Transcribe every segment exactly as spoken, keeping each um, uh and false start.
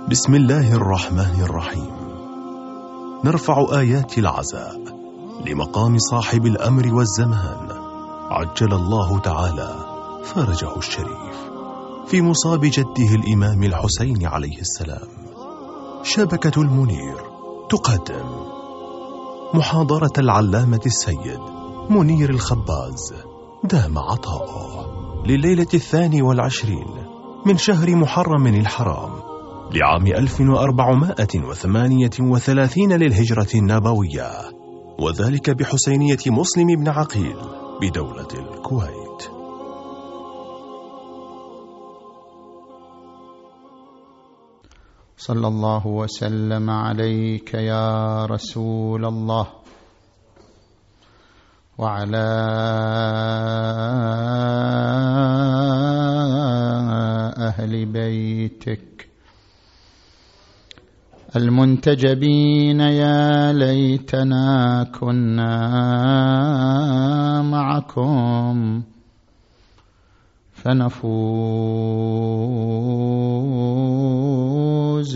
بسم الله الرحمن الرحيم. نرفع آيات العزاء لمقام صاحب الأمر والزمان عجل الله تعالى فرجه الشريف في مصاب جده الإمام الحسين عليه السلام. شبكة المنير تقدم محاضرة العلامة السيد منير الخباز دام عطاؤه لليلة الثاني والعشرين من شهر محرم الحرام لعام ألف وأربعمائة وثمانية وثلاثين للهجرة النبوية، وذلك بحسينية مسلم بن عقيل بدولة الكويت. صلى الله وسلم عليك يا رسول الله وعلى أهل بيتك المنتجبين. يا ليتنا كنا معكم فنفوز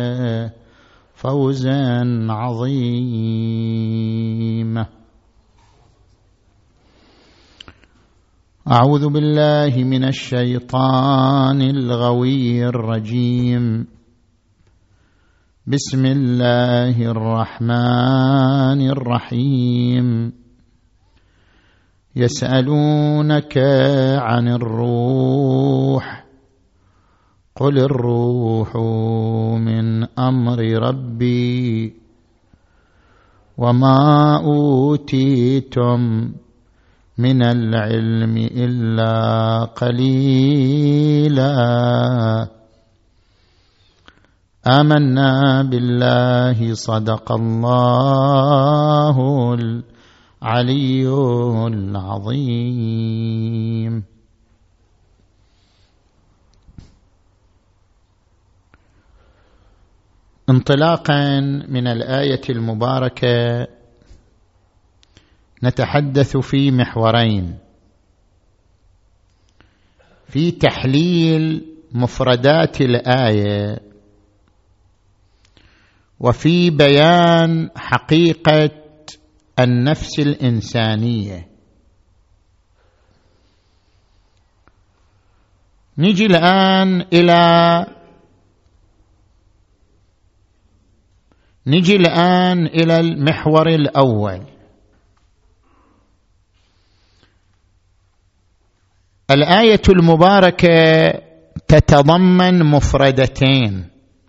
فوزا عظيما. أعوذ بالله من الشيطان الغوي الرجيم. بسم الله الرحمن الرحيم. يسألونك عن الروح قل الروح من أمر ربي وما أوتيتم من العلم إلا قليلا. آمنا بالله صدق الله العلي العظيم. انطلاقا من الآية المباركة نتحدث في محورين: في تحليل مفردات الآية، وفي بيان حقيقة النفس الإنسانية. نجي الآن إلى نجي الآن إلى المحور الأول. الآية المباركة تتضمن مفردتين.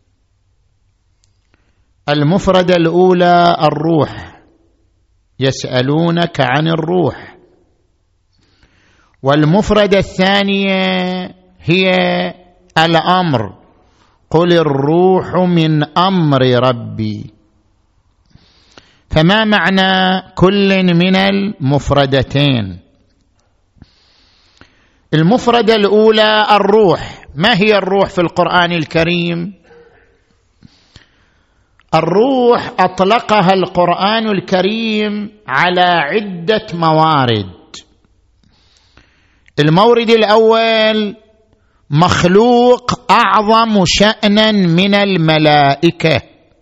المفردة الأولى الروح، يسألونك عن الروح، والمفردة الثانية هي الأمر قل الروح من أمر ربي. فما معنى كل من المفردتين؟ المفردة الأولى الروح. ما هي الروح في القرآن الكريم؟ الروح أطلقها القرآن الكريم على عدة موارد. المورد الأول مخلوق أعظم شأنا من الملائكة.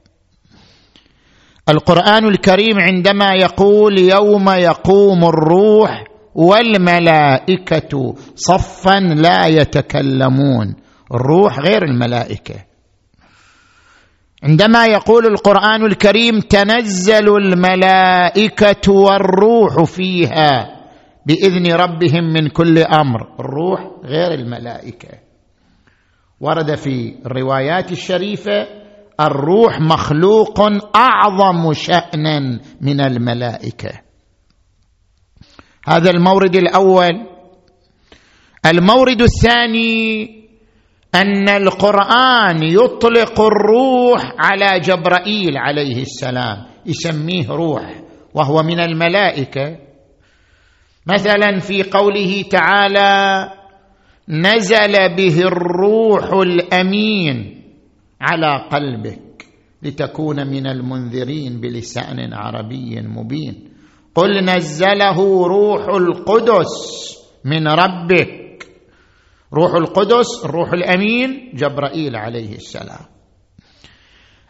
القرآن الكريم عندما يقول يوم يقوم الروح والملائكة صفا لا يتكلمون، الروح غير الملائكة. عندما يقول القرآن الكريم تنزل الملائكة والروح فيها بإذن ربهم من كل أمر، الروح غير الملائكة. ورد في الروايات الشريفة الروح مخلوق أعظم شأنا من الملائكة. هذا المورد الأول. المورد الثاني أن القرآن يطلق الروح على جبرائيل عليه السلام، يسميه روح وهو من الملائكة. مثلا في قوله تعالى نزل به الروح الأمين على قلبك لتكون من المنذرين بلسان عربي مبين. قل نزله روح القدس من ربك. روح القدس الروح الأمين جبرائيل عليه السلام.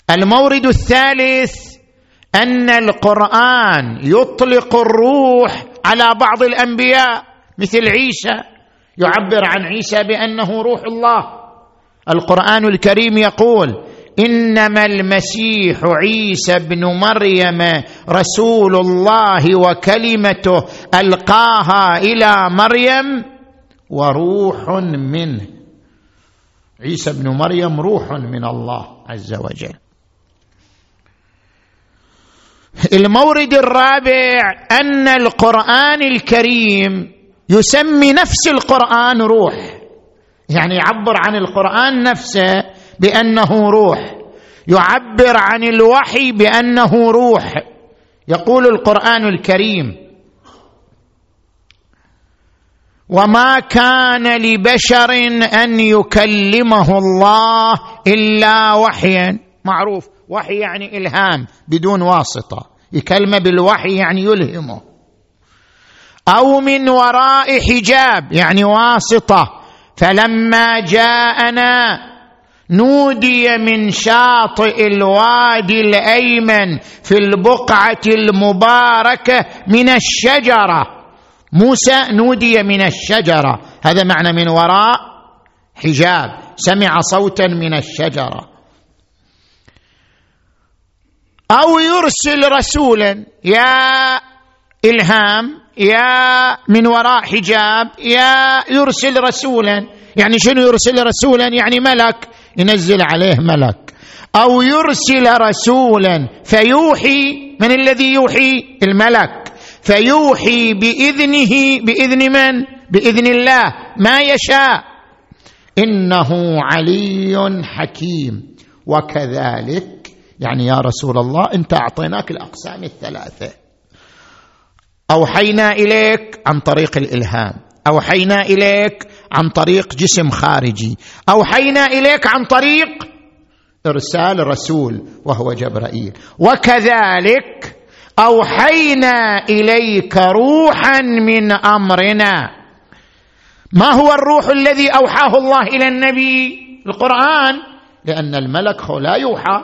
المورد الثالث أن القرآن يطلق الروح على بعض الأنبياء مثل عيسى، يعبر عن عيسى بأنه روح الله. القرآن الكريم يقول: إنما المسيح عيسى ابن مريم رسول الله وكلمته ألقاها إلى مريم وروح منه. عيسى ابن مريم روح من الله عز وجل. المورد الرابع أن القرآن الكريم يسمي نفس القرآن روح، يعني يعبر عن القرآن نفسه بأنه روح، يعبر عن الوحي بأنه روح. يقول القرآن الكريم: وما كان لبشر أن يكلمه الله إلا وحيا. معروف، وحي يعني إلهام بدون واسطة، يكلمه بالوحي يعني يلهمه. أو من وراء حجاب يعني واسطة. فلما جاءنا نودي من شاطئ الوادي الأيمن في البقعة المباركة من الشجرة. موسى نودي من الشجرة، هذا معنى من وراء حجاب، سمع صوتا من الشجرة. أو يرسل رسولا، يا إلهام، يا من وراء حجاب، يا يرسل رسولا. يعني شنو يرسل رسولا؟ يعني ملك، ينزل عليه ملك. أو يرسل رسولا فيوحي. من الذي يوحي؟ الملك. فيوحي بإذنه، بإذن من؟ بإذن الله، ما يشاء. إنه علي حكيم. وكذلك يعني يا رسول الله أنت أعطيناك الأقسام الثلاثة. أوحينا إليك عن طريق الإلهام، أوحينا إليك عن طريق جسم خارجي، أوحينا إليك عن طريق إرسال رسول وهو جبرائيل. وكذلك أوحينا إليك روحا من أمرنا. ما هو الروح الذي أوحاه الله إلى النبي؟ القرآن، لأن الملك لا يوحى،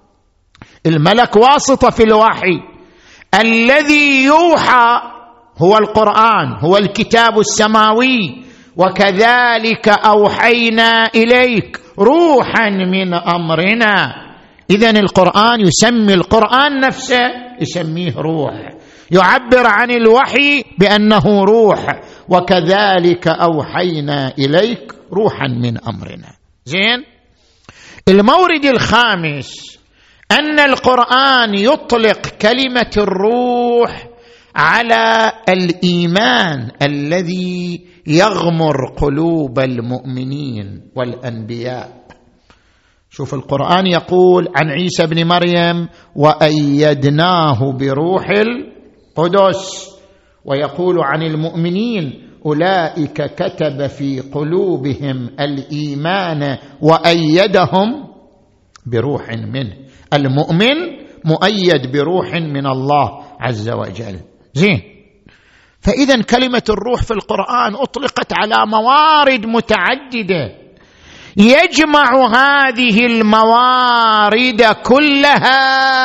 الملك واسطة في الوحي. الذي يوحى هو القرآن، هو الكتاب السماوي. وكذلك أوحينا إليك روحا من أمرنا. إذن القرآن يسمي القرآن نفسه يسميه روح، يعبر عن الوحي بأنه روح. وكذلك أوحينا إليك روحا من أمرنا. زين. المورد الخامس أن القرآن يطلق كلمة الروح على الإيمان الذي يغمر قلوب المؤمنين والأنبياء. شوف القرآن يقول عن عيسى بن مريم: وأيدناه بروح القدس. ويقول عن المؤمنين: أولئك كتب في قلوبهم الإيمان وأيدهم بروح منه. المؤمن مؤيد بروح من الله عز وجل. زين. فإذا كلمة الروح في القرآن أطلقت على موارد متعددة، يجمع هذه الموارد كلها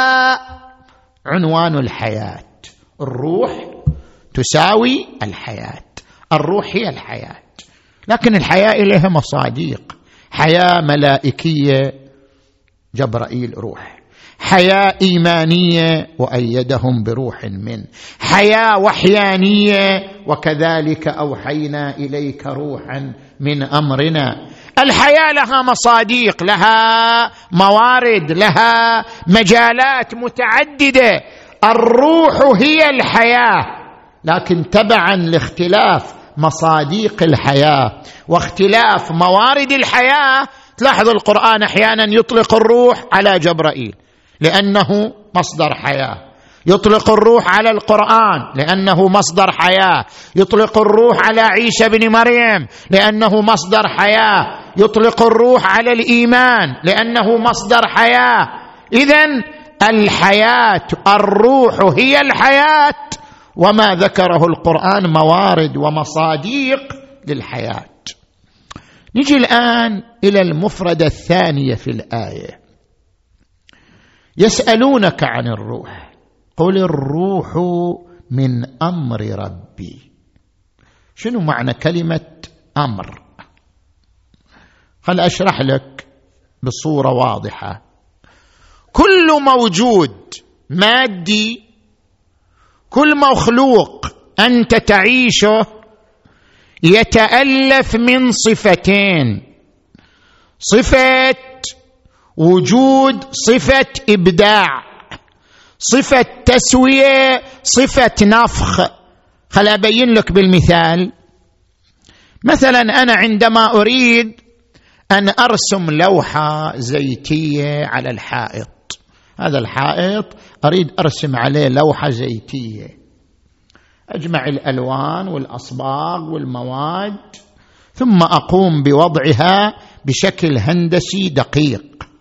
عنوان الحياة. الروح تساوي الحياة، الروح هي الحياة. لكن الحياة لها مصادق: حياة ملائكية جبرائيل روح، حياة إيمانية وأيدهم بروح منه، حياة وحيانية وكذلك أوحينا إليك روحا من أمرنا. الحياة لها مصادق، لها موارد، لها مجالات متعددة. الروح هي الحياة، لكن تبعا لاختلاف مصادق الحياة واختلاف موارد الحياة تلاحظ القرآن أحيانا يطلق الروح على جبرائيل لأنه مصدر حياة، يطلق الروح على القرآن لأنه مصدر حياة، يطلق الروح على عيسى بن مريم لأنه مصدر حياة، يطلق الروح على الإيمان لأنه مصدر حياة. إذن الحياة، الروح هي الحياة، وما ذكره القرآن موارد ومصادق للحياة. نجي الآن إلى المفردة الثانية في الآية. يسألونك عن الروح قل الروح من أمر ربي. شنو معنى كلمة أمر؟ خل أشرح لك بصورة واضحة. كل موجود مادي، كل مخلوق أنت تعيشه يتألف من صفتين: صفة وجود، صفة إبداع، صفة تسوية، صفة نفخ. خل أبين لك بالمثال. مثلا أنا عندما أريد أن أرسم لوحة زيتية على الحائط، هذا الحائط أريد أرسم عليه لوحة زيتية، أجمع الألوان والأصباغ والمواد ثم أقوم بوضعها بشكل هندسي دقيق.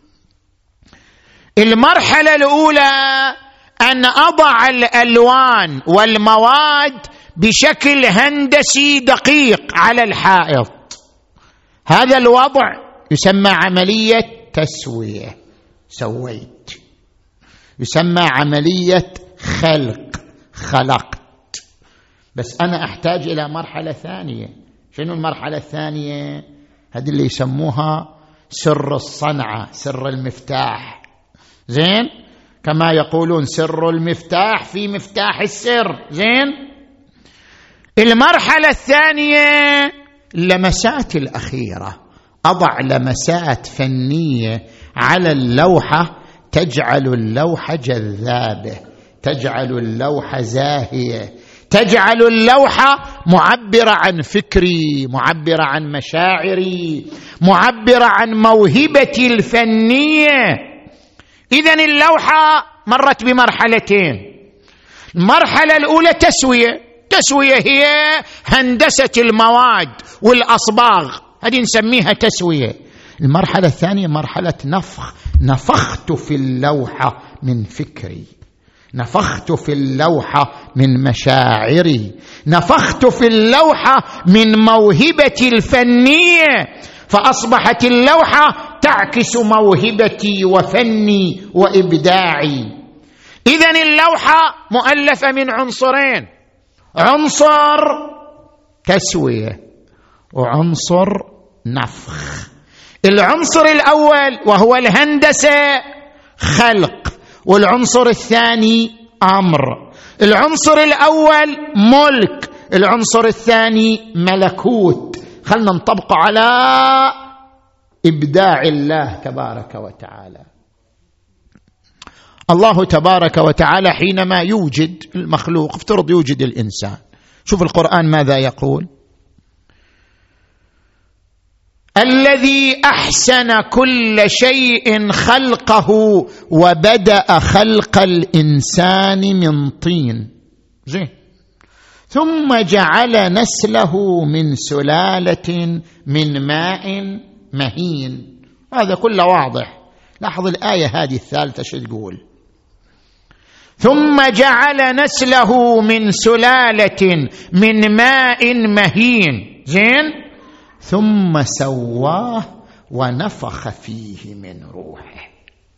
المرحلة الأولى أن أضع الألوان والمواد بشكل هندسي دقيق على الحائط، هذا الوضع يسمى عملية تسوية، سويت. يسمى عملية خلق، خلقت. بس أنا أحتاج إلى مرحلة ثانية. شنو المرحلة الثانية؟ هذه اللي يسموها سر الصنعة، سر المفتاح. زين، كما يقولون سر المفتاح في مفتاح السر. زين، المرحلة الثانية اللمسات الأخيرة، أضع لمسات فنية على اللوحة تجعل اللوحة جذابة، تجعل اللوحة زاهية، تجعل اللوحة معبرة عن فكري، معبرة عن مشاعري، معبرة عن موهبتي الفنية. إذن اللوحة مرت بمرحلتين. المرحلة الأولى تسوية، تسوية هي هندسة المواد والأصباغ، هذه نسميها تسوية. المرحلة الثانية مرحلة نفخ، نفخت في اللوحة من فكري، نفخت في اللوحة من مشاعري، نفخت في اللوحة من موهبتي الفنية، فأصبحت اللوحة تعكس موهبتي وفني وإبداعي. إذن اللوحة مؤلفة من عنصرين: عنصر تسوية وعنصر نفخ. العنصر الأول وهو الهندسة خلق، والعنصر الثاني أمر. العنصر الأول ملك، العنصر الثاني ملكوت. خلنا نطبق على إبداع الله تبارك وتعالى. الله تبارك وتعالى حينما يوجد المخلوق، افترض يوجد الإنسان، شوف القرآن ماذا يقول: الذي أحسن كل شيء خلقه وبدأ خلق الإنسان من طين. زين، ثم جعل نسله من سلالة من ماء مهين. هذا كله واضح. لاحظ الآية هذه الثالثة شو تقول: ثم جعل نسله من سلالة من ماء مهين. زين، ثم سواه ونفخ فيه من روحه.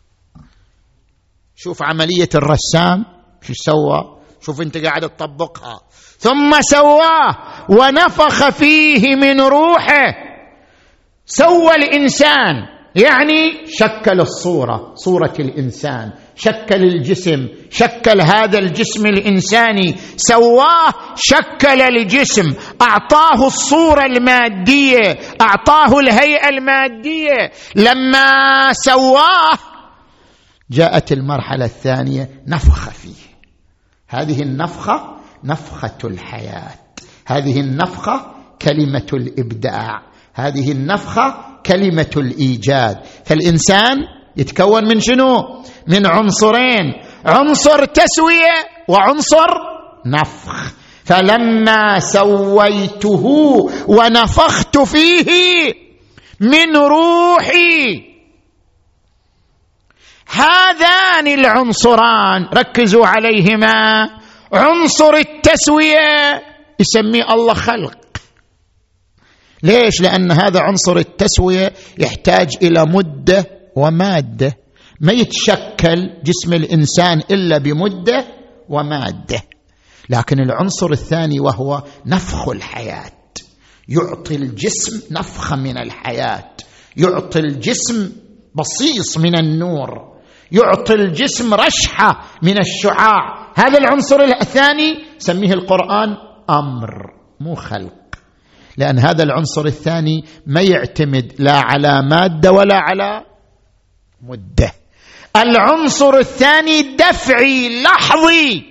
شوف عملية الرسام شو سوى، شوف انت قاعد تطبقها. ثم سواه ونفخ فيه من روحه. سوى الإنسان، يعني شكل الصورة، صورة الإنسان، شكل الجسم، شكل هذا الجسم الإنساني، سواه، شكل الجسم، أعطاه الصورة المادية، أعطاه الهيئة المادية. لما سواه جاءت المرحلة الثانية، نفخ فيه. هذه النفخة نفخة الحياة، هذه النفخة كلمة الإبداع، هذه النفخة كلمة الإيجاد. فالإنسان يتكون من شنو؟ من عنصرين: عنصر تسوية وعنصر نفخ. فلما سويته ونفخت فيه من روحي، هذان العنصران ركزوا عليهما. عنصر التسوية يسميه الله خلق. ليش؟ لأن هذا عنصر التسوية يحتاج إلى مدة ومادة. ما يتشكل جسم الإنسان إلا بمدة ومادة، لكن العنصر الثاني وهو نفخ الحياة، يعطي الجسم نفخة من الحياة، يعطي الجسم بصيص من النور، يعطي الجسم رشحة من الشعاع. هذا العنصر الثاني سميه القرآن أمر مو خلق، لأن هذا العنصر الثاني ما يعتمد لا على مادة ولا على مدة. العنصر الثاني دفعي لحظي.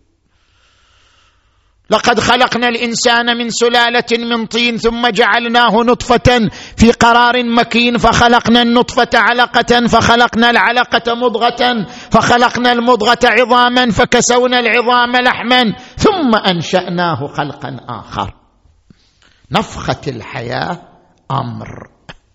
لقد خلقنا الإنسان من سلالة من طين ثم جعلناه نطفة في قرار مكين فخلقنا النطفة علقة فخلقنا العلقة مضغة فخلقنا المضغة عظاما فكسونا العظام لحما ثم أنشأناه خلقا آخر. نفخة الحياة أمر.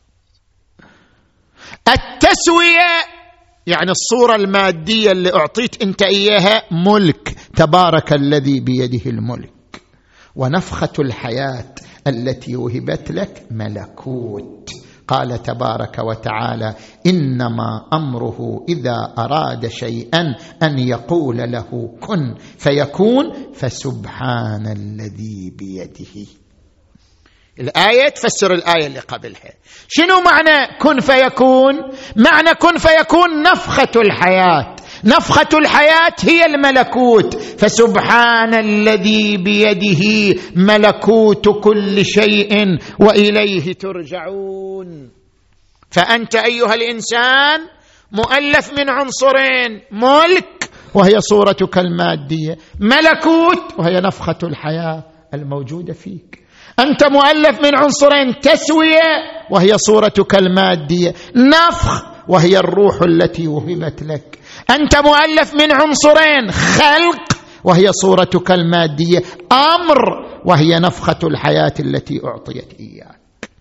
التسوية يعني الصورة المادية اللي أعطيت أنت إياها ملك، تبارك الذي بيده الملك. ونفخة الحياة التي وهبت لك ملكوت. قال تبارك وتعالى إنما أمره إذا أراد شيئا أن يقول له كن فيكون، فسبحان الذي بيده. الآية تفسر الآية اللي قبلها. شنو معنى كن فيكون؟ معنى كن فيكون نفخة الحياة. نفخة الحياة هي الملكوت، فسبحان الذي بيده ملكوت كل شيء وإليه ترجعون. فأنت أيها الإنسان مؤلف من عنصرين، ملك وهي صورتك المادية، ملكوت وهي نفخة الحياة الموجودة فيك. أنت مؤلف من عنصرين، تسوية وهي صورتك المادية، نفخ وهي الروح التي وهبت لك. أنت مؤلف من عنصرين، خلق وهي صورتك المادية، أمر وهي نفخة الحياة التي أعطيت إياك.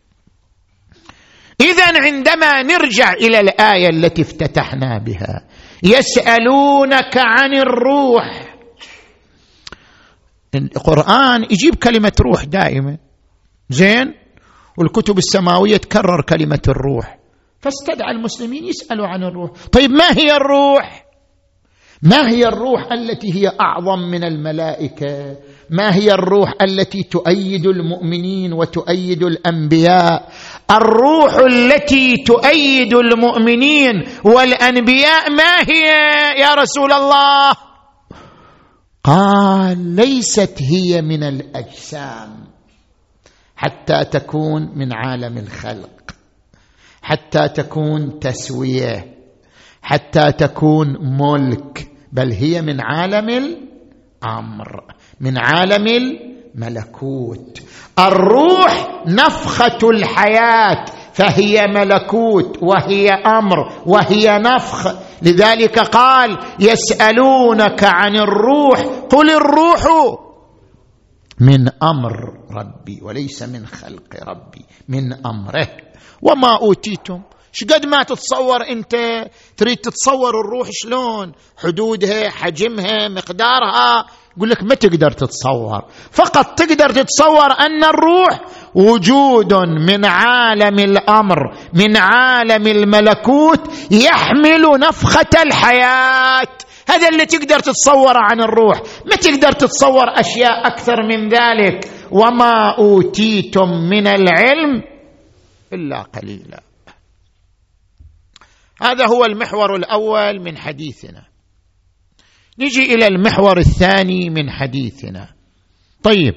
إذن عندما نرجع إلى الآية التي افتتحنا بها، يسألونك عن الروح. القرآن يجيب كلمة روح دائما، زين، والكتب السماوية تكرر كلمة الروح، فاستدعى المسلمين يسألوا عن الروح. طيب ما هي الروح؟ ما هي الروح التي هي أعظم من الملائكة؟ ما هي الروح التي تؤيد المؤمنين وتؤيد الأنبياء؟ الروح التي تؤيد المؤمنين والأنبياء ما هي يا رسول الله؟ قال ليست هي من الأجسام حتى تكون من عالم الخلق، حتى تكون تسوية، حتى تكون ملك، بل هي من عالم الأمر، من عالم الملكوت. الروح نفخة الحياة، فهي ملكوت وهي أمر وهي نفخ. لذلك قال يسألونك عن الروح قل الروح من أمر ربي وليس من خلق ربي، من أمره. وما أوتيتم، شقد ما تتصور أنت تريد تتصور الروح شلون، حدودها، حجمها، مقدارها، يقول لك ما تقدر تتصور. فقط تقدر تتصور أن الروح وجود من عالم الأمر، من عالم الملكوت، يحمل نفخة الحياة. هذا اللي تقدر تتصور عن الروح، ما تقدر تتصور أشياء أكثر من ذلك. وما أوتيتم من العلم إلا قليلا. هذا هو المحور الأول من حديثنا. نجي إلى المحور الثاني من حديثنا. طيب،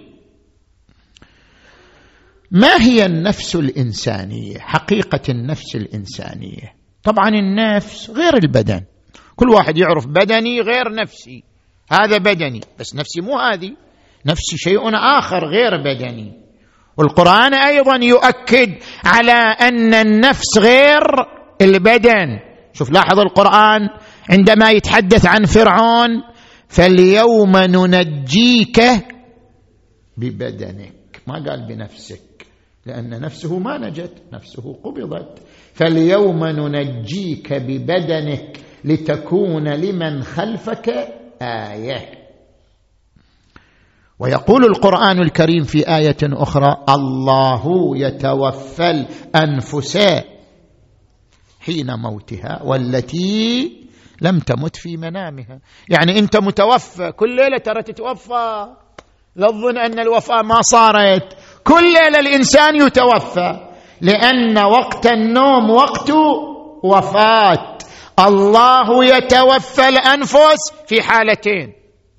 ما هي النفس الإنسانية؟ حقيقة النفس الإنسانية. طبعا النفس غير البدن، كل واحد يعرف بدني غير نفسي، هذا بدني بس نفسي مو هذه، نفسي شيء آخر غير بدني. والقرآن أيضا يؤكد على أن النفس غير البدن. شوف لاحظ القرآن عندما يتحدث عن فرعون فاليوم ننجيك ببدنك، ما قال بنفسك، لأن نفسه ما نجت، نفسه قبضت. فاليوم ننجيك ببدنك لتكون لمن خلفك آية. ويقول القرآن الكريم في آية أخرى الله يتوفى الأنفس حين موتها والتي لم تمت في منامها. يعني أنت متوفى كل ليلة ترى تتوفى، لا تظن أن الوفاة ما صارت، كل ليلة الإنسان يتوفى، لأن وقت النوم وقت وفاة. الله يتوفى الأنفس في حالتين: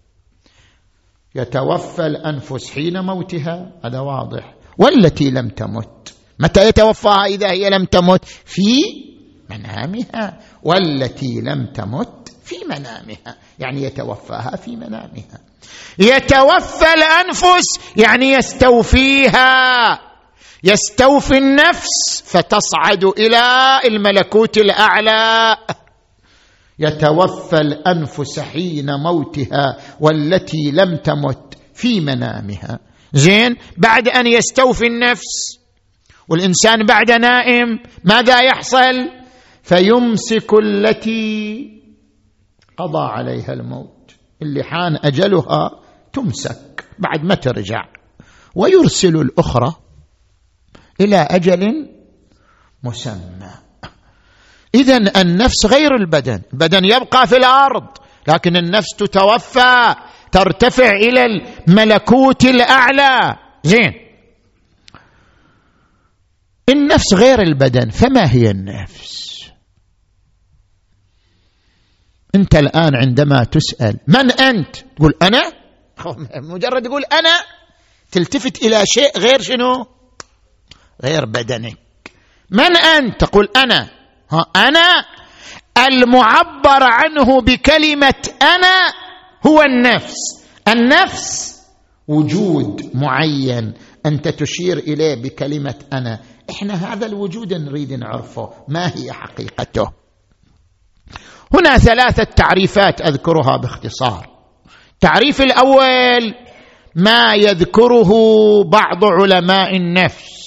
يتوفى الأنفس حين موتها، هذا واضح، والتي لم تمت. متى يتوفاها؟ إذا هي لم تمت في منامها، والتي لم تمت في منامها، يعني يتوفاها في منامها. يتوفى الأنفس يعني يستوفيها، يستوفي النفس فتصعد إلى الملكوت الأعلى. يتوفى الأنفس حين موتها والتي لم تمت في منامها. زين، بعد أن يستوفي النفس والإنسان بعد نائم ماذا يحصل؟ فيمسك التي قضى عليها الموت، اللي حان أجلها تمسك بعد ما ترجع، ويرسل الأخرى إلى أجل مسمى. إذن النفس غير البدن، البدن يبقى في الأرض، لكن النفس تتوفى، ترتفع إلى الملكوت الأعلى. زين، النفس غير البدن، فما هي النفس؟ أنت الآن عندما تسأل من أنت تقول أنا، مجرد تقول أنا تلتفت إلى شيء غير شنو؟ غير بدنك. من أنت؟ تقول أنا. ها، أنا المعبر عنه بكلمة أنا هو النفس. النفس وجود معين أنت تشير إليه بكلمة أنا. إحنا هذا الوجود نريد نعرفه، ما هي حقيقته؟ هنا ثلاثة تعريفات أذكرها باختصار. التعريف الأول ما يذكره بعض علماء النفس،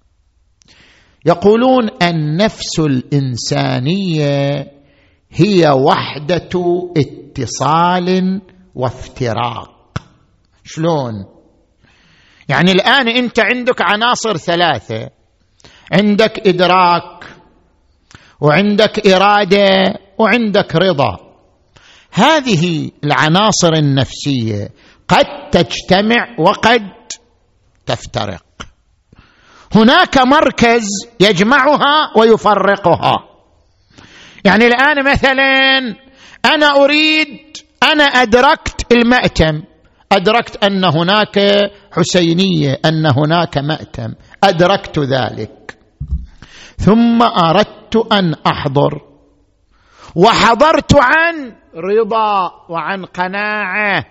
يقولون النفس الإنسانية هي وحدة اتصال وافتراق. شلون؟ يعني الآن أنت عندك عناصر ثلاثة، عندك إدراك وعندك إرادة وعندك رضا. هذه العناصر النفسية قد تجتمع وقد تفترق. هناك مركز يجمعها ويفرقها. يعني الآن مثلا أنا أريد، أنا أدركت المأتم، أدركت أن هناك حسينية، أن هناك مأتم، أدركت ذلك، ثم أردت أن أحضر، وحضرت عن رضا وعن قناعة.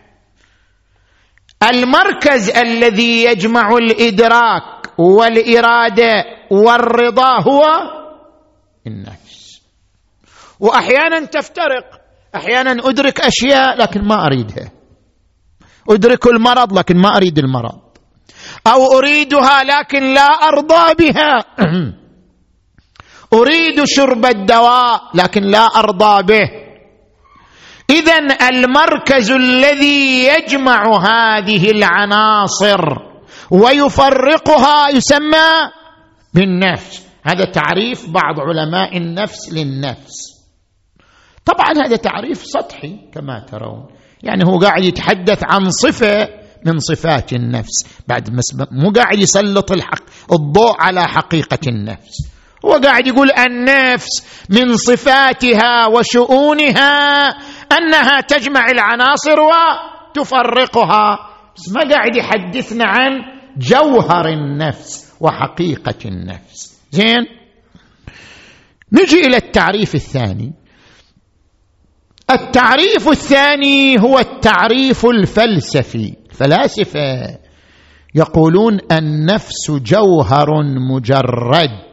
المركز الذي يجمع الإدراك والإرادة والرضا هو النفس. وأحيانا تفترق، أحيانا أدرك أشياء لكن ما أريدها، أدرك المرض لكن ما أريد المرض، أو أريدها لكن لا أرضى بها، أريد شرب الدواء لكن لا أرضى به. إذن المركز الذي يجمع هذه العناصر ويفرقها يسمى بالنفس. هذا تعريف بعض علماء النفس للنفس. طبعا هذا تعريف سطحي كما ترون، يعني هو قاعد يتحدث عن صفة من صفات النفس، بعد مو قاعد يسلط الحق الضوء على حقيقة النفس. هو قاعد يقول النفس من صفاتها وشؤونها أنها تجمع العناصر وتفرقها، بس ما قاعد يحدثنا عن جوهر النفس وحقيقة النفس. زين، نجي إلى التعريف الثاني. التعريف الثاني هو التعريف الفلسفي. الفلاسفة يقولون النفس جوهر مجرد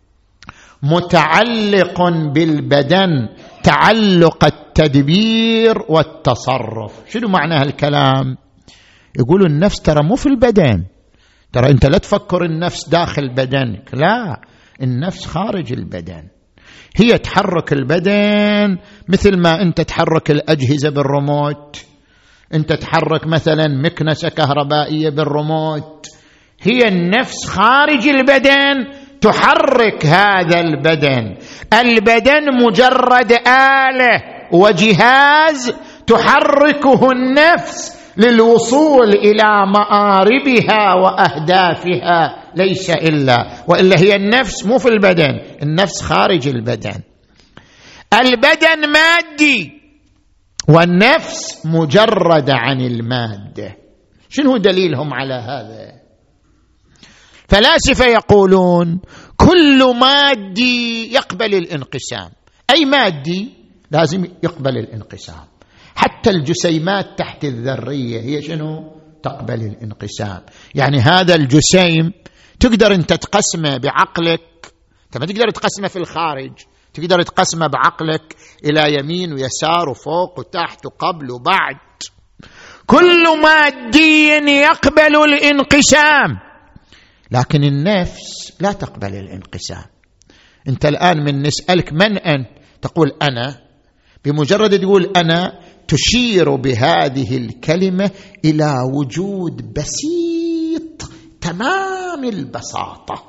متعلق بالبدن تعلق التدبير والتصرف. شنو معنى هالكلام؟ يقولوا النفس ترى مو في البدن، ترى أنت لا تفكر النفس داخل بدنك، لا، النفس خارج البدن، هي تحرك البدن مثل ما أنت تحرك الأجهزة بالريموت، أنت تحرك مثلا مكنسة كهربائية بالريموت. هي النفس خارج البدن تحرك هذا البدن. البدن مجرد آلة وجهاز تحركه النفس للوصول إلى مآربها وأهدافها، ليس إلا، وإلا هي النفس مو في البدن، النفس خارج البدن. البدن مادي والنفس مجرد عن المادة. شنو دليلهم على هذا؟ فلاسفة يقولون كل مادي يقبل الانقسام، أي مادي لازم يقبل الانقسام، حتى الجسيمات تحت الذرية هي شنو؟ تقبل الانقسام. يعني هذا الجسيم تقدر انت تقسمه بعقلك، انت ما تقدر تقسمه في الخارج، تقدر تقسمه بعقلك إلى يمين ويسار وفوق وتحت وقبل وبعد. كل مادي يقبل الانقسام، لكن النفس لا تقبل الانقسام. انت الآن من نسألك من أنت تقول أنا، بمجرد تقول أنا تشير بهذه الكلمة إلى وجود بسيط تمام البساطة.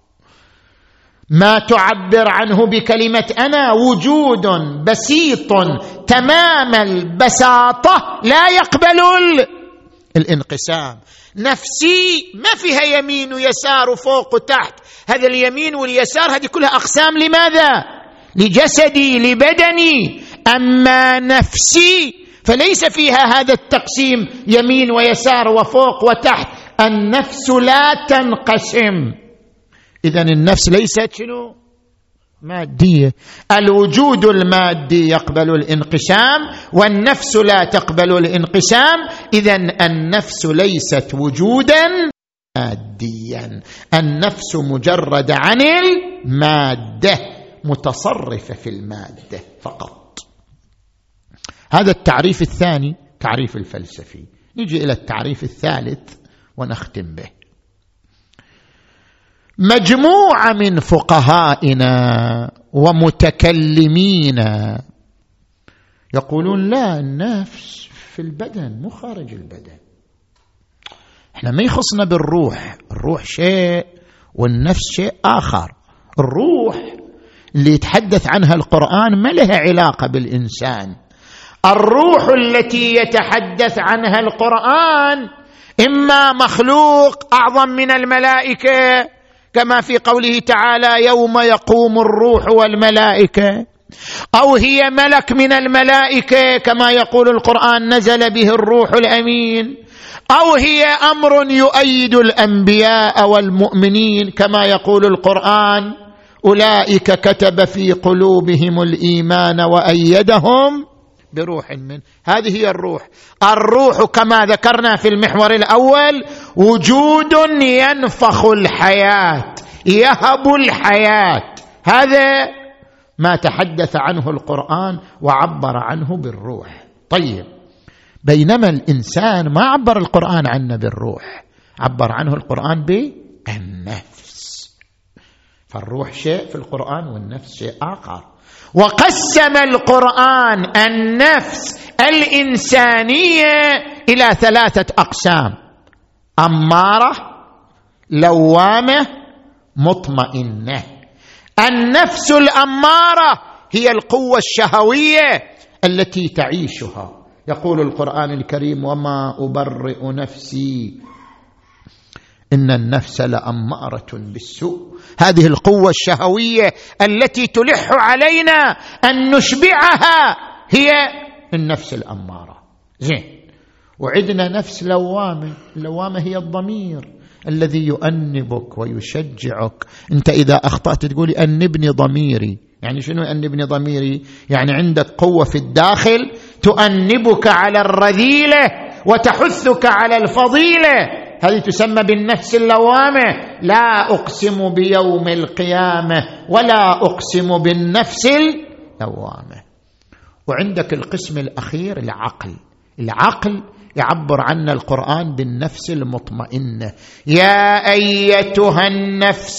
ما تعبر عنه بكلمة أنا وجود بسيط تمام البساطة لا يقبل الانقسام. نفسي ما فيها يمين ويسار وفوق وتحت، هذا اليمين واليسار هذه كلها أقسام لماذا؟ لجسدي لبدني. أما نفسي فليس فيها هذا التقسيم يمين ويسار وفوق وتحت، النفس لا تنقسم. إذن النفس ليست شنو؟ مادية. الوجود المادي يقبل الانقسام والنفس لا تقبل الانقسام. إذن النفس ليست وجودا ماديا، النفس مجرد عن المادة، متصرفة في المادة فقط. هذا التعريف الثاني، تعريف الفلسفي. نجي إلى التعريف الثالث ونختم به. مجموعة من فقهائنا ومتكلمينا يقولون لا، النفس في البدن مو خارج البدن. احنا ما يخصنا بالروح، الروح شيء والنفس شيء آخر. الروح اللي يتحدث عنها القرآن ما لها علاقة بالإنسان. الروح التي يتحدث عنها القرآن إما مخلوق أعظم من الملائكة كما في قوله تعالى يوم يقوم الروح والملائكة، أو هي ملك من الملائكة كما يقول القرآن نزل به الروح الأمين، أو هي أمر يؤيد الأنبياء والمؤمنين كما يقول القرآن أولئك كتب في قلوبهم الإيمان وأيدهم بروح منه. هذه هي الروح. الروح كما ذكرنا في المحور الأول وجود ينفخ الحياة، يهب الحياة. هذا ما تحدث عنه القرآن وعبر عنه بالروح. طيب، بينما الإنسان ما عبر القرآن عنه بالروح، عبر عنه القرآن بالنفس. فالروح شيء في القرآن والنفس شيء آخر. وقسم القرآن النفس الإنسانية إلى ثلاثة أقسام: أمارة، لوامة، مطمئنة. النفس الأمارة هي القوة الشهوية التي تعيشها. يقول القرآن الكريم وما أبرئ نفسي إن النفس لأمارة بالسوء. هذه القوة الشهوية التي تلح علينا أن نشبعها هي النفس الأمارة. زين، وعندنا نفس لوامة. اللوامة هي الضمير الذي يؤنبك ويشجعك. أنت إذا أخطأت تقولي أنبني ضميري. يعني شنو أنبني ضميري؟ يعني عندك قوة في الداخل تؤنبك على الرذيلة وتحثك على الفضيلة. هذه تسمى بالنفس اللوامة. لا أقسم بيوم القيامة ولا أقسم بالنفس اللوامة. وعندك القسم الأخير العقل. العقل يعبر عنه القرآن بالنفس المطمئنة. يا أيتها النفس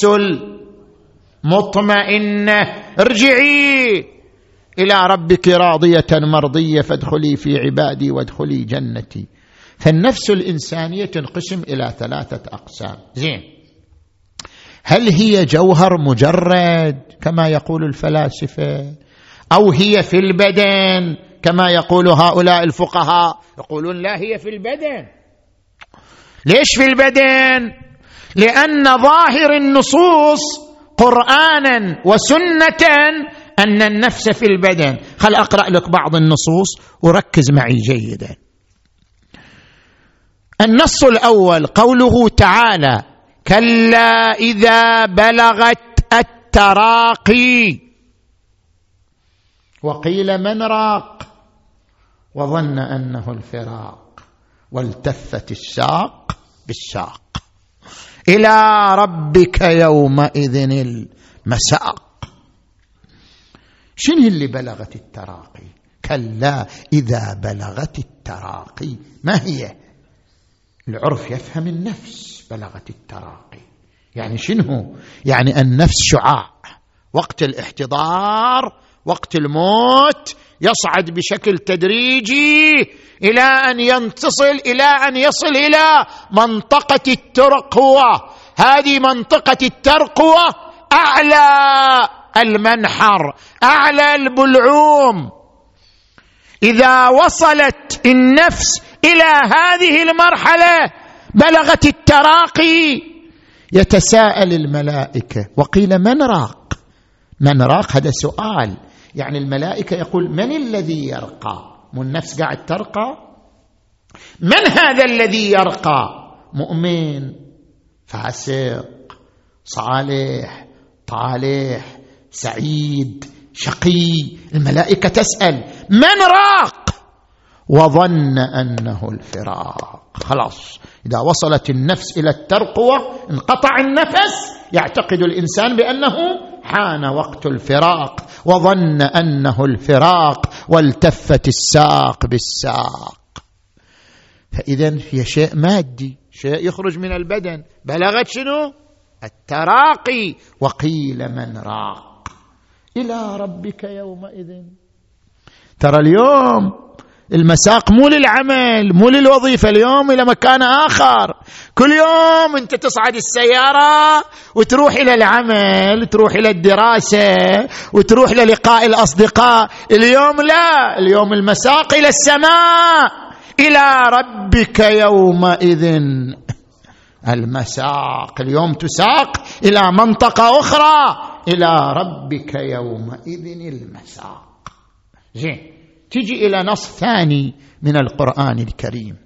المطمئنة ارجعي إلى ربك راضية مرضية فادخلي في عبادي وادخلي جنتي. فالنفس الإنسانية تنقسم إلى ثلاثة أقسام. زين، هل هي جوهر مجرد كما يقول الفلاسفة، أو هي في البدن كما يقول هؤلاء الفقهاء؟ يقولون لا، هي في البدن. ليش في البدن؟ لأن ظاهر النصوص قرآنا وسنة أن النفس في البدن. خل أقرأ لك بعض النصوص وركز معي جيدا. النص الأول قوله تعالى: كلا إذا بلغت التراقي وقيل من راق وظن أنه الفراق والتفت الساق بالساق إلى ربك يومئذ المساق. شنو اللي بلغت التراقي؟ كلا إذا بلغت التراقي، ما هي؟ العرف يفهم النفس بلغت التراقي يعني شنو؟ يعني النفس شعاع، وقت الاحتضار وقت الموت يصعد بشكل تدريجي إلى أن ينتصل إلى أن يصل إلى منطقة الترقوة. هذه منطقة الترقوة أعلى المنحر، أعلى البلعوم. إذا وصلت النفس إلى هذه المرحلة بلغت التراقي، يتساءل الملائكة وقيل من راق؟ من راق هذا سؤال، يعني الملائكة يقول من الذي يرقى؟ مو النفس قاعد ترقى؟ من هذا الذي يرقى؟ مؤمن، فاسق، صالح، طالح، سعيد، شقي. الملائكة تسأل من راق؟ وظن أنه الفراق. خلاص، إذا وصلت النفس إلى الترقوة انقطع النفس، يعتقد الإنسان بأنه حان وقت الفراق، وظن أنه الفراق والتفت الساق بالساق. فإذن هي شيء مادي، شيء يخرج من البدن. بلغت شنو؟ التراقي. وقيل من راق إلى ربك يومئذ. ترى اليوم المساق مو للعمل، مو للوظيفة، اليوم إلى مكان آخر. كل يوم أنت تصعد السيارة وتروح إلى العمل، تروح إلى الدراسة، وتروح للقاء الأصدقاء. اليوم لا، اليوم المساق إلى السماء، إلى ربك يومئذ المساق. اليوم تساق إلى منطقة أخرى، إلى ربك يومئذ المساق. زين، تجي إلى نص ثاني من القرآن الكريم: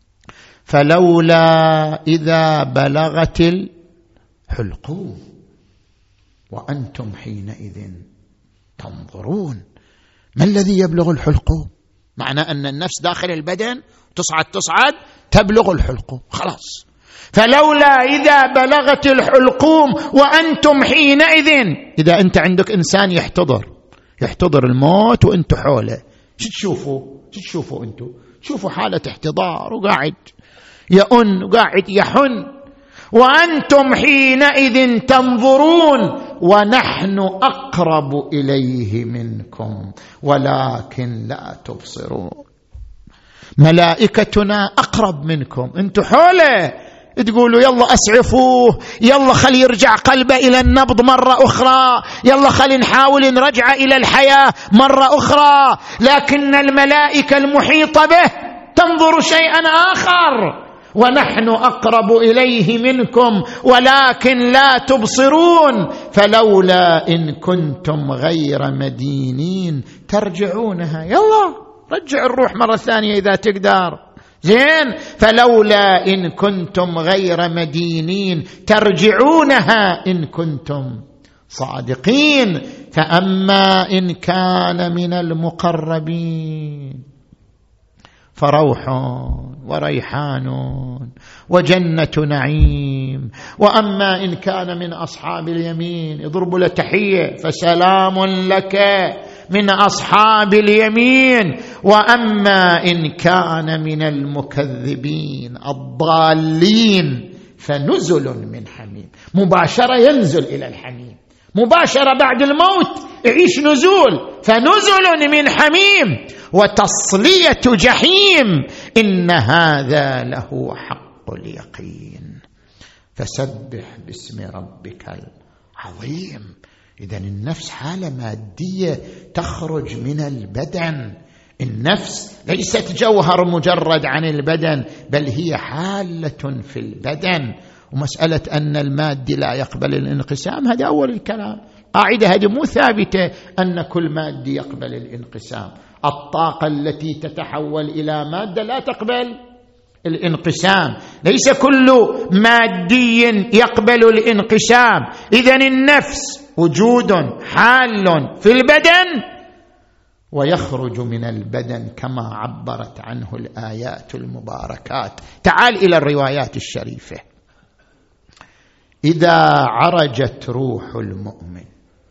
فلولا إذا بلغت الحلقوم وأنتم حينئذ تنظرون. ما الذي يبلغ الحلقوم؟ معنى أن النفس داخل البدن تصعد تصعد تبلغ الحلقوم. خلاص، فلولا إذا بلغت الحلقوم وأنتم حينئذ. إذا أنت عندك إنسان يحتضر يحتضر الموت وأنتم حوله، شو تشوفوا؟ شو تشوفوا أنتم؟ تشوفوا حالة احتضار وقاعد يئن وقاعد يحن. وأنتم حينئذ تنظرون ونحن أقرب إليه منكم ولكن لا تبصرون. ملائكتنا أقرب منكم، أنتم حوله تقولوا يلا أسعفوه، يلا خلي يرجع قلبه إلى النبض مرة أخرى، يلا خلي نحاول نرجع إلى الحياة مرة أخرى. لكن الملائكة المحيطة به تنظر شيئا آخر. ونحن أقرب إليه منكم ولكن لا تبصرون. فلولا إن كنتم غير مدينين ترجعونها. يلا رجع الروح مرة ثانية إذا تقدر. زين، فلولا إن كنتم غير مدينين ترجعونها إن كنتم صادقين. فأما إن كان من المقربين فروح وريحان وجنة نعيم. وأما إن كان من أصحاب اليمين يضرب له تحية فسلام لك من أصحاب اليمين. وأما إن كان من المكذبين الضالين فنزل من حميم. مباشرة ينزل إلى الحميم، مباشرة بعد الموت يعيش نزول. فنزل من حميم وتصلية جحيم إن هذا له حق اليقين. فسبح باسم ربك العظيم. إذن النفس حالة مادية تخرج من البدن. النفس ليست جوهر مجرد عن البدن، بل هي حالة في البدن. ومسألة أن المادي لا يقبل الانقسام هذا أول الكلام، قاعدة هذه مو ثابتة أن كل مادي يقبل الانقسام. الطاقة التي تتحول إلى مادة لا تقبل الانقسام، ليس كل مادي يقبل الانقسام. إذن النفس وجود حال في البدن ويخرج من البدن كما عبرت عنه الآيات المباركات. تعال إلى الروايات الشريفة. إذا عرجت روح المؤمن،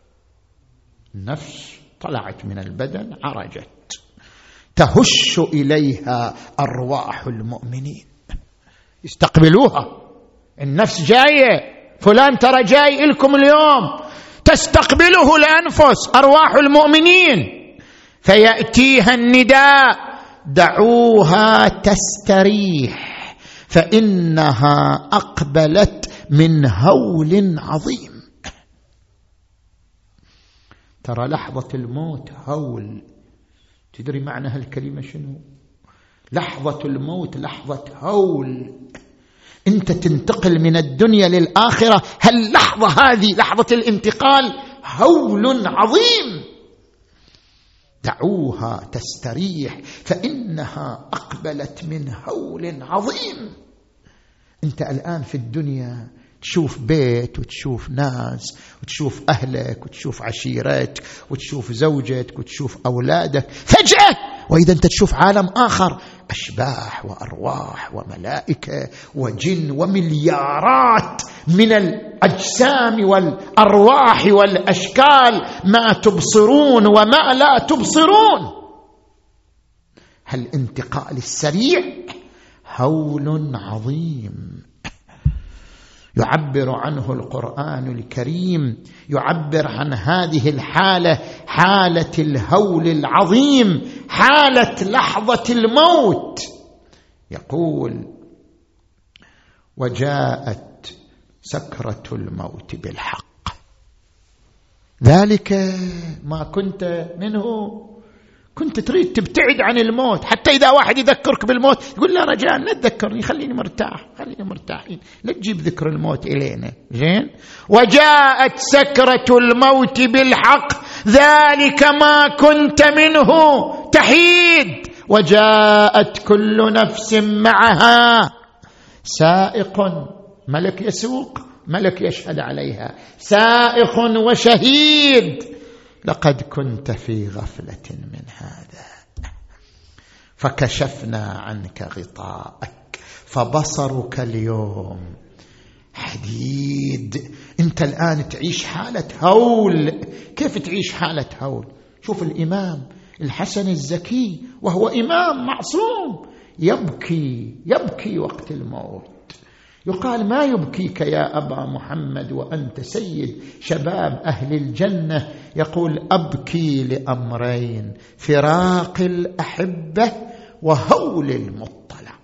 النفس طلعت من البدن عرجت، تهش إليها أرواح المؤمنين يستقبلوها. النفس جاية، فلان ترى جاي لكم اليوم، تستقبله الأنفس أرواح المؤمنين. فيأتيها النداء: دعوها تستريح فإنها أقبلت من هول عظيم. ترى لحظة الموت هول. تدري معنى هالكلمة شنو؟ لحظة الموت لحظة هول. أنت تنتقل من الدنيا للآخرة، هاللحظة هذه لحظة الانتقال هول عظيم. دعوها تستريح فإنها أقبلت من هول عظيم. أنت الآن في الدنيا تشوف بيت وتشوف ناس وتشوف أهلك وتشوف عشيرتك وتشوف زوجتك وتشوف أولادك، فجأة وإذا أنت تشوف عالم آخر، أشباح وأرواح وملائكة وجن ومليارات من الأجسام والأرواح والأشكال، ما تبصرون وما لا تبصرون. هالانتقال السريع هول عظيم يعبر عنه القرآن الكريم، يعبر عن هذه الحالة حالة الهول العظيم، حالة لحظة الموت. يقول: وجاءت سكرة الموت بالحق، ذلك ما كنت منه. كنت تريد تبتعد عن الموت، حتى إذا واحد يذكرك بالموت يقول: لا رجاء لا تذكرني، خليني مرتاح، خليني مرتاحين، لا تجيب ذكر الموت إلينا. زين. وجاءت سكرة الموت بالحق ذلك ما كنت منه تحيد، وجاءت كل نفس معها سائق، ملك يسوق، ملك يشهد عليها، سائق وشهيد. لقد كنت في غفلة من هذا فكشفنا عنك غطاءك فبصرك اليوم حديد. انت الآن تعيش حالة هول. كيف تعيش حالة هول؟ شوف الإمام الحسن الزكي وهو إمام معصوم يبكي يبكي وقت الموت. يقال: ما يبكيك يا أبا محمد وأنت سيد شباب أهل الجنة؟ يقول: أبكي لأمرين: فراق الأحبة وهول المطلع.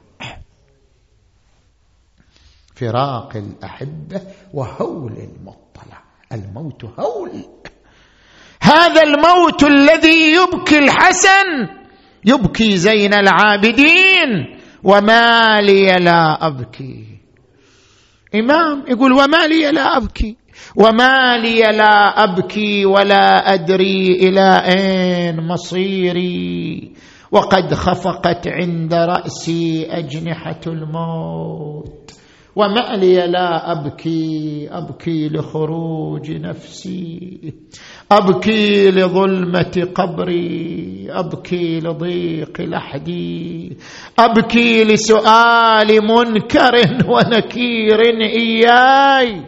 فراق الأحبة وهول المطلع. الموت هول. هذا الموت الذي يبكي الحسن، يبكي زين العابدين: وما لي لا أبكي. إمام يقول: وما لي لا أبكي، وما لي لا أبكي ولا أدري إلى أين مصيري، وقد خفقت عند رأسي أجنحة الموت. وما لي لا أبكي، أبكي لخروج نفسي، أبكي لظلمة قبري، أبكي لضيق لحدي، أبكي لسؤال منكر ونكير إياي.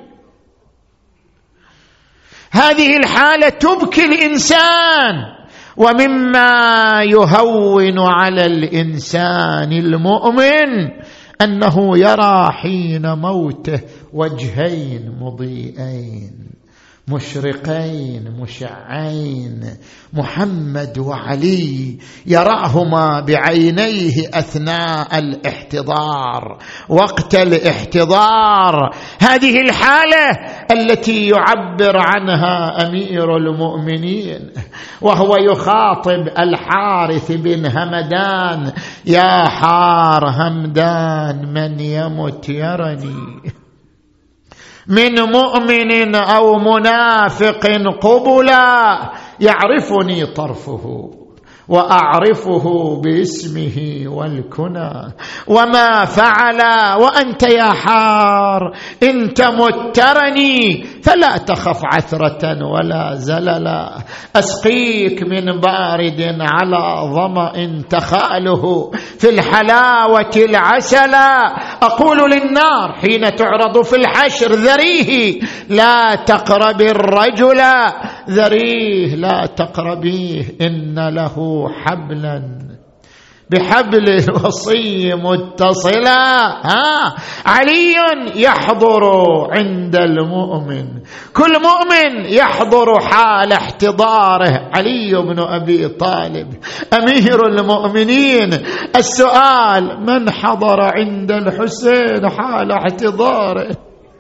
هذه الحالة تبكي الإنسان. ومما يهون على الإنسان المؤمن أنه يرى حين موته وجهين مضيئين، مشرقين مشعين، محمد وعلي يراهما بعينيه أثناء الاحتضار، وقت الاحتضار. هذه الحالة التي يعبر عنها أمير المؤمنين وهو يخاطب الحارث بن همدان: يا حار همدان، من يمت يرني من مؤمن أو منافق قبلا، يعرفني طرفه وأعرفه باسمه والكنى وما فعل، وأنت يا حار إن تمترني فلا تخف عثرة ولا زللا، أسقيك من بارد على ظمأ تخاله في الحلاوة العسلا. أقول للنار حين تعرض في الحشر: ذريه لا تقرب الرجل، ذريه لا تقربيه، إن له حبلا بحبل الوصي متصلا. ها علي يحضر عند المؤمن، كل مؤمن يحضر حال احتضاره. علي بن أبي طالب أمير المؤمنين. السؤال: من حضر عند الحسين حال احتضاره؟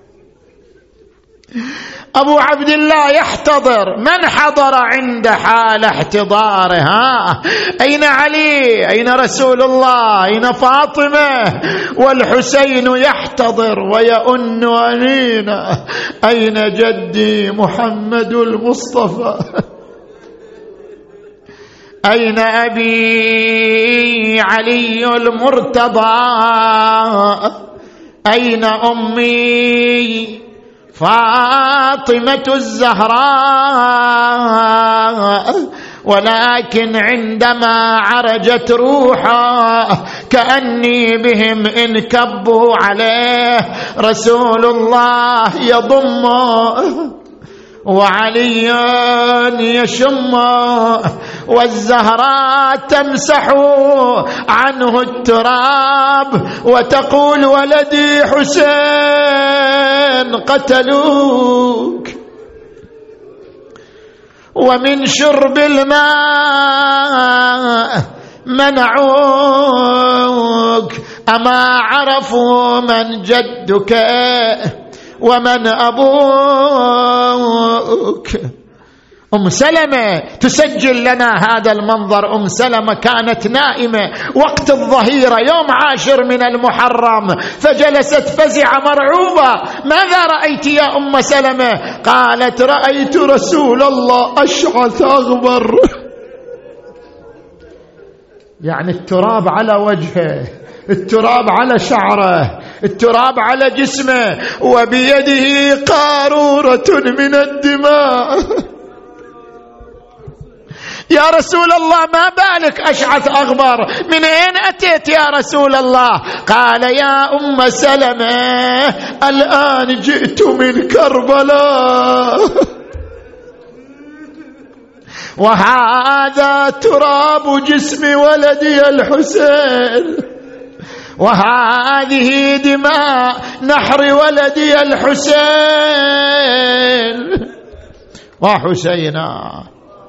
أبو عبد الله يحتضر، من حضر عند حال احتضاره؟ ها أين علي؟ أين رسول الله؟ أين فاطمة؟ والحسين يحتضر ويؤن أنينا: أين جدي محمد المصطفى؟ أين أبي علي المرتضى؟ أين أمي فاطمة الزهراء؟ ولكن عندما عرجت روحه كأني بهم إن كبوا عليه رسول الله يضمه وعلي يشمه والزهراء تمسح عنه التراب وتقول: ولدي حسين قتلوك. ومن شرب الماء منعوك، أما عرفوا من جدك ومن أبوك؟ أم سلمة تسجل لنا هذا المنظر. أم سلمة كانت نائمة وقت الظهيرة يوم عاشر من المحرم، فجلست فزعة مرعوبة. ماذا رأيت يا أم سلمة؟ قالت: رأيت رسول الله أشعث أغبر، يعني التراب على وجهه، التراب على شعره، التراب على جسمه، وبيده قارورة من الدماء. يا رسول الله ما بالك أشعث أغبر؟ من أين أتيت يا رسول الله؟ قال: يا أم سلمة الآن جئت من كربلاء، وهذا تراب جسم ولدي الحسين، وهذه دماء نحر ولدي الحسين وحسينا.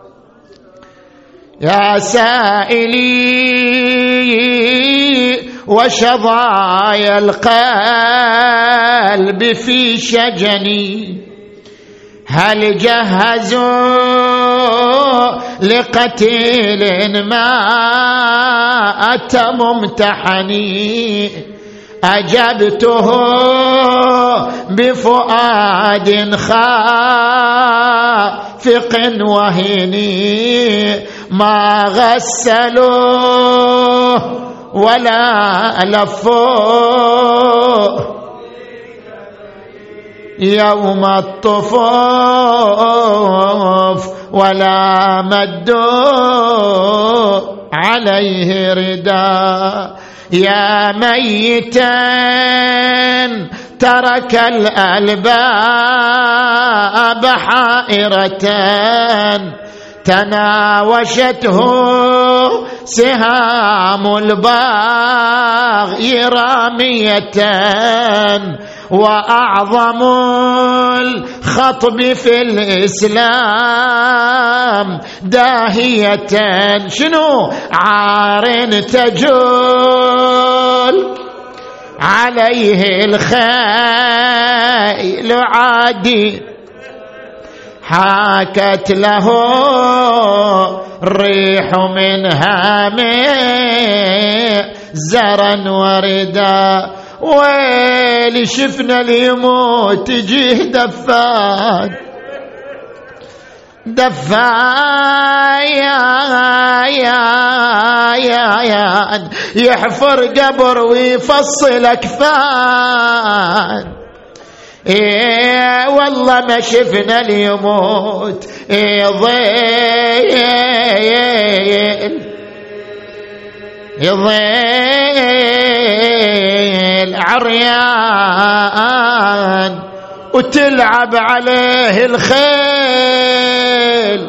يا سائلي وشظايا القلب في شجني، هل جهزوا لقتيل مات ممتحني؟ أجبته بفؤاد خافق وهني، ما غسلوه ولا لفوه يوم الطفوف، ولا مدوا عليه رداء. يا ميتا ترك الألباب حائرة، تناوشته سهام الباغي رامية، وأعظم الخطب في الإسلام داهية شنو عار تجول عليه الخيل عادي حاكت له الريح من هامه زرا وردا ويلي شفنا اليموت تجيه دفان دفان يحفر قبر ويفصل أكفان. إيه والله ما شفنا اليموت يضيل يضيل عريان وتلعب عليه الخيل.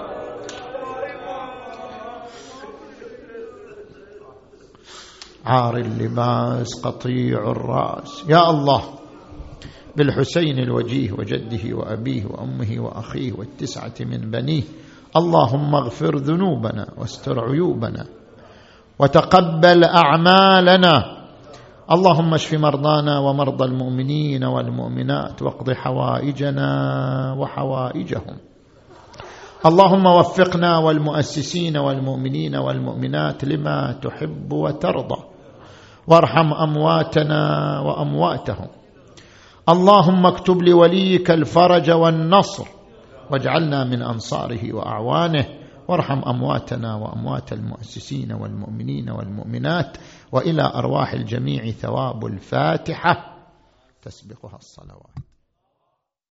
عار اللباس قطيع الرأس. يا الله بالحسين الوجيه وجده وأبيه وأمه وأخيه والتسعة من بنيه اللهم اغفر ذنوبنا واستر عيوبنا وتقبل أعمالنا. اللهم اشف مرضانا ومرضى المؤمنين والمؤمنات واقض حوائجنا وحوائجهم. اللهم وفقنا والمؤسسين والمؤمنين والمؤمنات لما تحب وترضى وارحم أمواتنا وأمواتهم. اللهم اكتب لوليك الفرج والنصر واجعلنا من أنصاره وأعوانه وارحم أمواتنا وأموات المؤسسين والمؤمنين والمؤمنات وإلى أرواح الجميع ثواب الفاتحة تسبقها الصلوات.